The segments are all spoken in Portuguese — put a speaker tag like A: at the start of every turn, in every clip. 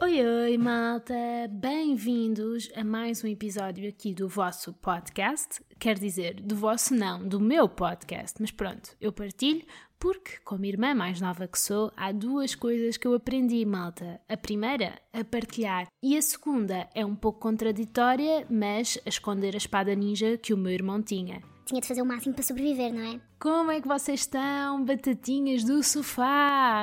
A: Oi, oi, malta! Bem-vindos a mais um episódio aqui do vosso podcast. Quer dizer, do vosso não, do meu podcast. Mas pronto, eu partilho porque, como irmã mais nova que sou, há duas coisas que eu aprendi, malta. A primeira, a partilhar. E a segunda é um pouco contraditória, mas a esconder a espada ninja que o meu irmão tinha.
B: Tinha de fazer o máximo para sobreviver, não é?
A: Como é que vocês estão, batatinhas do sofá?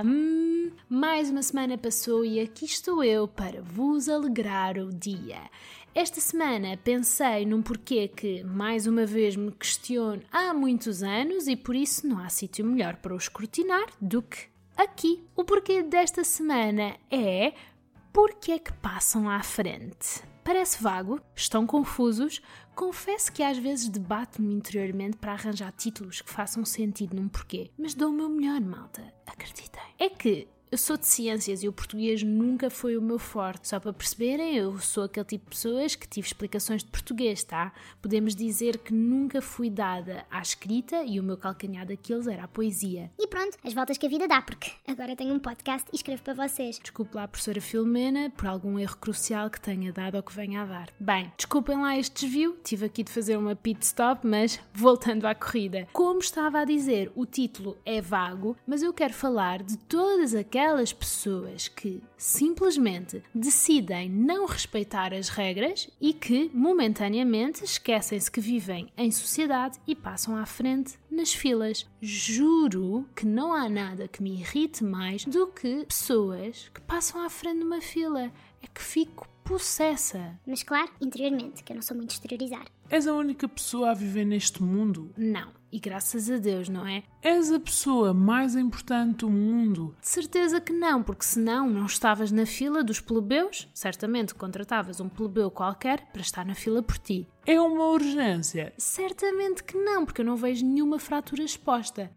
A: Mais uma semana passou e aqui estou eu para vos alegrar o dia. Esta semana pensei num porquê que, mais uma vez, me questiono há muitos anos e por isso não há sítio melhor para o escrutinar do que aqui. O porquê desta semana é porque é que passam à frente. Parece vago, estão confusos. Confesso que às vezes debato-me interiormente para arranjar títulos que façam sentido num porquê, mas dou o meu melhor, malta, acreditem. É que eu sou de ciências e o português nunca foi o meu forte. Só para perceberem, eu sou aquele tipo de pessoas que tive explicações de português, tá? Podemos dizer que nunca fui dada à escrita e o meu calcanhar daqueles era a poesia.
B: E pronto, as voltas que a vida dá, porque agora tenho um podcast e escrevo para vocês.
A: Desculpe lá a professora Filomena por algum erro crucial que tenha dado ou que venha a dar. Bem, desculpem lá este desvio, tive aqui de fazer uma pit stop, mas voltando à corrida. Como estava a dizer, o título é vago, mas eu quero falar de todas aquelas pessoas que simplesmente decidem não respeitar as regras e que, momentaneamente, esquecem-se que vivem em sociedade e passam à frente nas filas. Juro que não há nada que me irrite mais do que pessoas que passam à frente numa fila. É que fico possessa.
B: Mas claro, interiormente, que eu não sou muito exteriorizar.
C: És a única pessoa a viver neste mundo?
A: Não. E graças a Deus, não é?
C: És a pessoa mais importante do mundo?
A: De certeza que não, porque senão não estavas na fila dos plebeus. Certamente contratavas um plebeu qualquer para estar na fila por ti.
C: É uma urgência?
A: Certamente que não, porque eu não vejo nenhuma fratura exposta.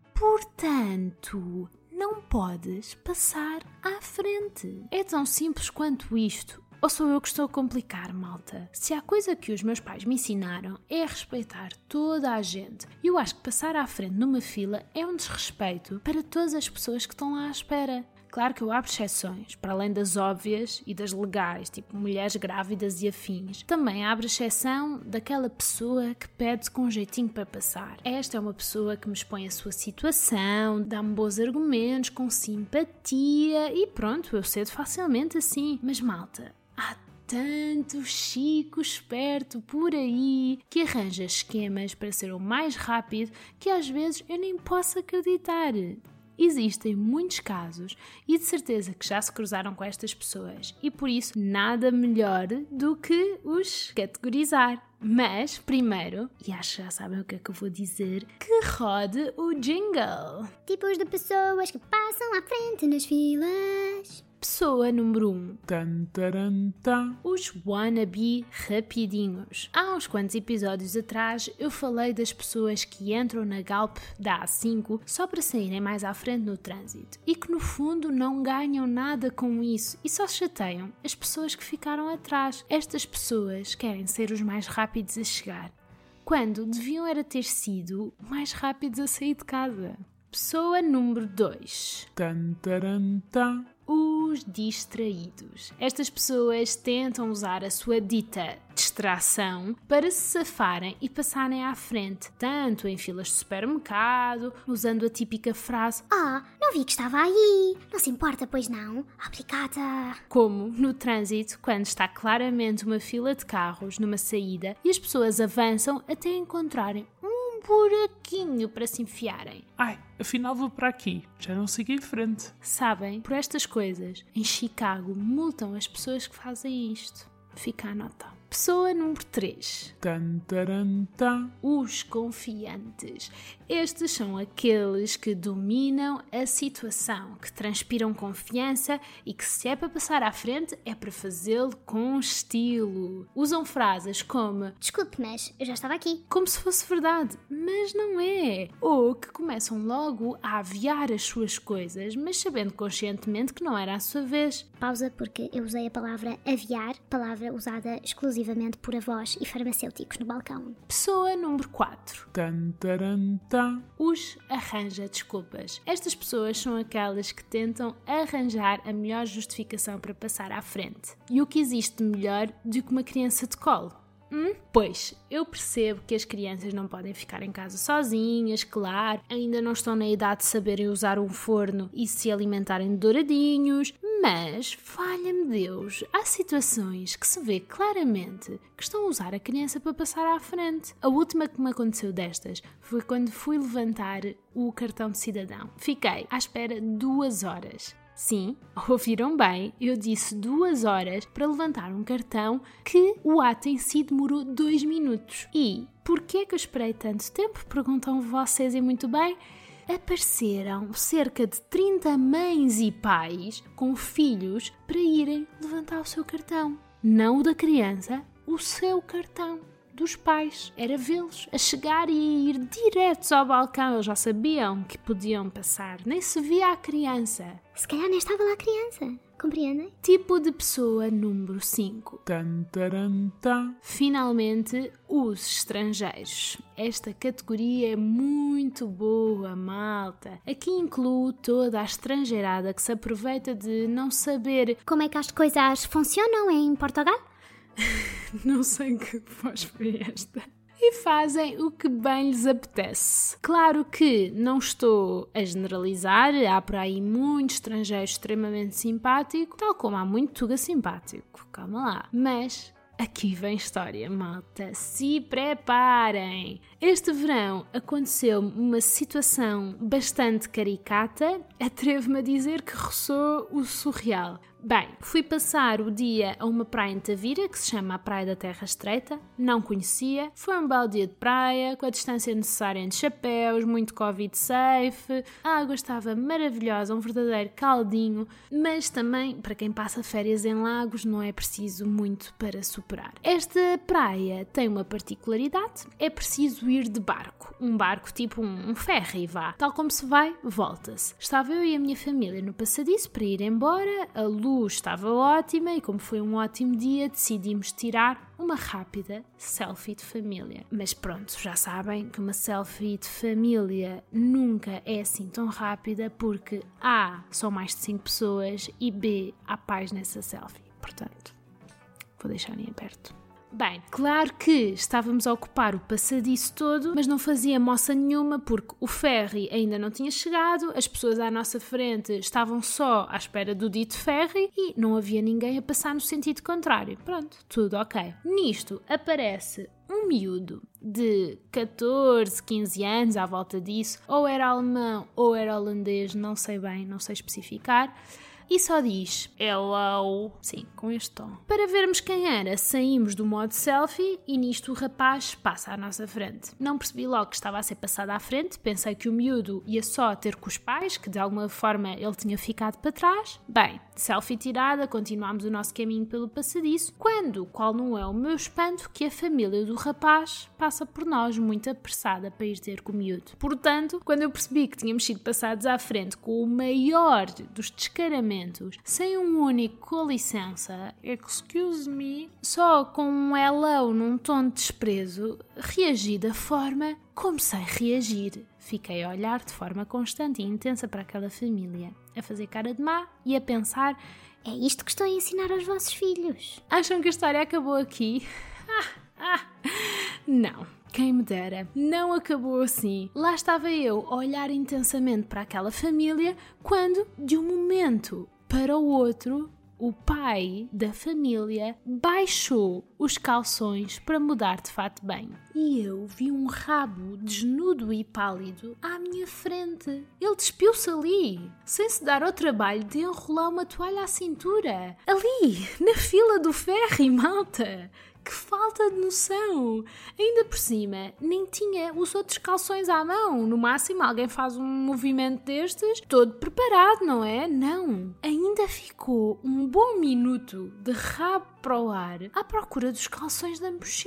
A: Portanto, não podes passar à frente. É tão simples quanto isto. Ou sou eu que estou a complicar, malta? Se há coisa que os meus pais me ensinaram é respeitar toda a gente. E eu acho que passar à frente numa fila é um desrespeito para todas as pessoas que estão lá à espera. Claro que eu abro exceções, para além das óbvias e das legais, tipo mulheres grávidas e afins. Também abro exceção daquela pessoa que pede com um jeitinho para passar. Esta é uma pessoa que me expõe a sua situação, dá-me bons argumentos, com simpatia e pronto, eu cedo facilmente assim. Mas malta, há tanto chico esperto por aí que arranja esquemas para ser o mais rápido que às vezes eu nem posso acreditar. Existem muitos casos e de certeza que já se cruzaram com estas pessoas e por isso nada melhor do que os categorizar. Mas, primeiro, e acho que já sabem o que é que eu vou dizer, que rode o jingle.
B: Tipos de pessoas que passam à frente nas filas.
A: Pessoa número 1.
C: Tan, taran, tan.
A: Os wannabe rapidinhos. Há uns quantos episódios atrás eu falei das pessoas que entram na Galp da A5 só para saírem mais à frente no trânsito e que no fundo não ganham nada com isso e só chateiam as pessoas que ficaram atrás. Estas pessoas querem ser os mais rápidos a chegar, quando deviam era ter sido mais rápidos a sair de casa. Pessoa número 2.
C: Tan, taran, tan.
A: Os distraídos. Estas pessoas tentam usar a sua dita distração para se safarem e passarem à frente, tanto em filas de supermercado, usando a típica frase
B: não vi que estava aí, não se importa, pois não, obrigada.
A: Como no trânsito, quando está claramente uma fila de carros numa saída e as pessoas avançam até encontrarem um buraquinho para se enfiarem.
C: Ai, afinal vou para aqui, já não sigo em frente.
A: Sabem, por estas coisas, em Chicago multam as pessoas que fazem isto. Fica a nota. Pessoa número 3.
C: Tan, taran, tan.
A: Os confiantes. Estes são aqueles que dominam a situação, que transpiram confiança e que se é para passar à frente é para fazê-lo com estilo. Usam frases como
B: Desculpe, mas eu já estava aqui.
A: como se fosse verdade, mas não é. Ou que começam logo a aviar as suas coisas, mas sabendo conscientemente que não era a sua vez.
B: Pausa, porque eu usei a palavra aviar, palavra usada exclusivamente exclusivamente por avós e farmacêuticos no balcão.
A: Pessoa número 4.
C: Tan, taran, tan.
A: Os arranja desculpas. Estas pessoas são aquelas que tentam arranjar a melhor justificação para passar à frente. E o que existe de melhor do que uma criança de colo? Pois, eu percebo que as crianças não podem ficar em casa sozinhas, claro, ainda não estão na idade de saberem usar um forno e se alimentarem de douradinhos, mas, valha-me Deus, há situações que se vê claramente que estão a usar a criança para passar à frente. A última que me aconteceu destas foi quando fui levantar o cartão de cidadão. Fiquei à espera 2 horas. Sim, ouviram bem, eu disse 2 horas para levantar um cartão que o ato em si demorou 2 minutos. E porquê que eu esperei tanto tempo? Perguntam vocês e muito bem. Apareceram cerca de 30 mães e pais com filhos para irem levantar o seu cartão. Não o da criança, o seu cartão. Dos pais, era vê-los a chegar e a ir diretos ao balcão. Eles já sabiam que podiam passar, nem se via a criança.
B: Se calhar nem estava lá a criança, compreendem?
A: Tipo de pessoa número 5.
C: Tan, taran, tan.
A: Finalmente, os estrangeiros. Esta categoria é muito boa, malta. Aqui incluo toda a estrangeirada que se aproveita de não saber...
B: Como é que as coisas funcionam em Portugal?
A: Não sei que voz foi esta. E fazem o que bem lhes apetece. Claro que não estou a generalizar, há por aí muito estrangeiro extremamente simpático, tal como há muito tuga simpático, calma lá. Mas aqui vem história, malta, se preparem! Este verão aconteceu uma situação bastante caricata, atrevo-me a dizer que roçou o surreal. Bem, fui passar o dia a uma praia em Tavira, que se chama a Praia da Terra Estreita, não conhecia, foi um belo dia de praia, com a distância necessária entre chapéus, muito Covid safe, a água estava maravilhosa, um verdadeiro caldinho, mas também, para quem passa férias em lagos, não é preciso muito para superar. Esta praia tem uma particularidade, é preciso ir de barco, um barco tipo um ferry, vá, tal como se vai, volta-se. Estava eu e a minha família no passadiço para ir embora, a luz estava ótima e como foi um ótimo dia decidimos tirar uma rápida selfie de família. Mas pronto, já sabem que uma selfie de família nunca é assim tão rápida porque A, são mais de 5 pessoas e B, há pais nessa selfie. Portanto, vou deixar em aberto. Bem, claro que estávamos a ocupar o passadiço todo, mas não fazia moça nenhuma porque o ferry ainda não tinha chegado, as pessoas à nossa frente estavam só à espera do dito ferry e não havia ninguém a passar no sentido contrário. Pronto, tudo ok. Nisto aparece um miúdo de 14, 15 anos, à volta disso, ou era alemão ou era holandês, não sei bem, não sei especificar, e só diz hello, sim, com este tom. Para vermos quem era, saímos do modo selfie e nisto o rapaz passa à nossa frente. Não percebi logo que estava a ser passado à frente, pensei que o miúdo ia só ter com os pais, que de alguma forma ele tinha ficado para trás. Bem, selfie tirada, continuámos o nosso caminho pelo passadiço, quando, qual não é o meu espanto, que a família do rapaz passa por nós muito apressada para ir ter com o miúdo. Portanto, quando eu percebi que tínhamos sido passados à frente com o maior dos descaramentos, sem um único com licença, excuse me, só com um hello num tom de desprezo, reagi da forma como sei reagir. Fiquei a olhar de forma constante e intensa para aquela família, a fazer cara de má e a pensar:
B: é isto que estou a ensinar aos vossos filhos.
A: Acham que a história acabou aqui? Não. Quem me dera, não acabou assim. Lá estava eu a olhar intensamente para aquela família quando, de um momento para o outro, o pai da família baixou os calções para mudar de fato de banho. E eu vi um rabo desnudo e pálido à minha frente. Ele despiu-se ali, sem se dar ao trabalho de enrolar uma toalha à cintura. Ali, na fila do ferry, malta! Que falta de noção! Ainda por cima, nem tinha os outros calções à mão. No máximo, alguém faz um movimento destes, todo preparado, não é? Não! Ainda ficou um bom minuto de rabo para o ar à procura dos calções da mochila.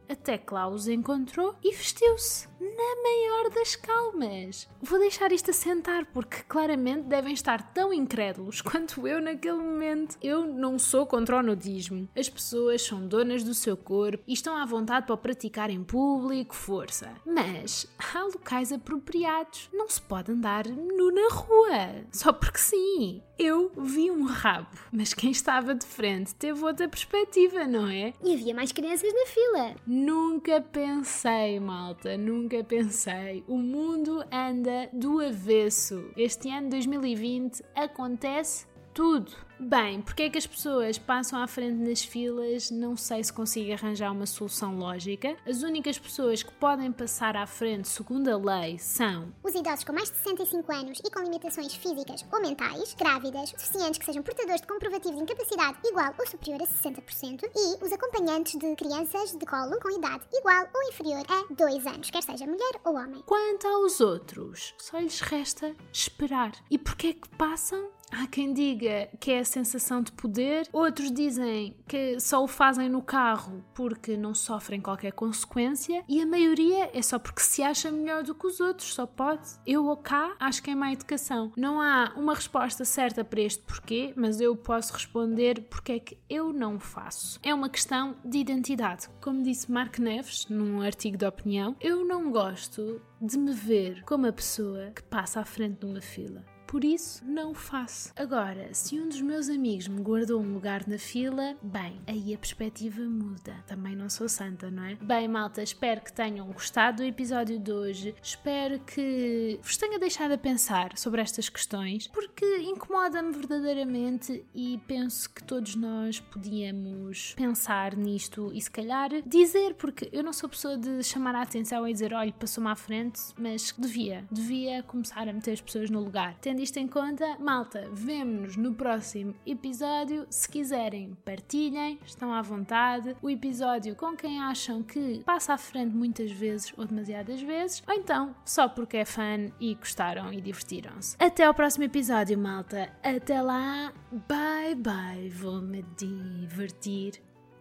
A: até que lá os encontrou e vestiu-se na maior das calmas. Vou deixar isto assentar porque claramente devem estar tão incrédulos quanto eu naquele momento. Eu não sou contra o nudismo. As pessoas são donas do seu corpo e estão à vontade para o praticar em público, força. Mas há locais apropriados. Não se pode andar nu na rua. Só porque sim. Eu vi um rabo, mas quem estava de frente teve outra perspectiva, não é?
B: E havia mais crianças na fila.
A: Nunca pensei, malta, nunca pensei. O mundo anda do avesso. Este ano 2020 acontece tudo. Bem, porque é que as pessoas passam à frente nas filas? Não sei se consigo arranjar uma solução lógica. As únicas pessoas que podem passar à frente, segundo a lei, são
B: os idosos com mais de 65 anos e com limitações físicas ou mentais, grávidas, deficientes que sejam portadores de comprovativo de incapacidade igual ou superior a 60% e os acompanhantes de crianças de colo com idade igual ou inferior a 2 anos, quer seja mulher ou homem.
A: Quanto aos outros, só lhes resta esperar. E porquê é que passam? Há quem diga que é a sensação de poder, outros dizem que só o fazem no carro porque não sofrem qualquer consequência e a maioria é só porque se acha melhor do que os outros, só pode. Eu ou cá acho que é má educação. Não há uma resposta certa para este porquê, mas eu posso responder porque é que eu não faço. É uma questão de identidade. Como disse Mark Neves num artigo de opinião, eu não gosto de me ver como a pessoa que passa à frente de uma fila. Por isso, não faço. Agora, se um dos meus amigos me guardou um lugar na fila, bem, aí a perspectiva muda. Também não sou santa, não é? Bem, malta, espero que tenham gostado do episódio de hoje. Espero que vos tenha deixado a pensar sobre estas questões, porque incomoda-me verdadeiramente e penso que todos nós podíamos pensar nisto e se calhar dizer, porque eu não sou pessoa de chamar a atenção e dizer, olha, passou-me à frente, mas devia começar a meter as pessoas no lugar. Tendo isto em conta, malta, vemo-nos no próximo episódio. Se quiserem, partilhem, estão à vontade. O episódio com quem acham que passa à frente muitas vezes ou demasiadas vezes, ou então só porque é fã e gostaram e divertiram-se. Até ao próximo episódio, malta. Até lá, bye bye, vou-me divertir.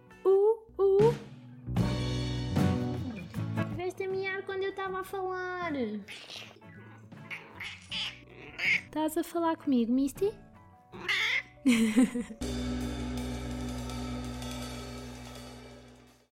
B: Tiveste a miar quando eu estava a falar.
A: Estás a falar comigo, Misty?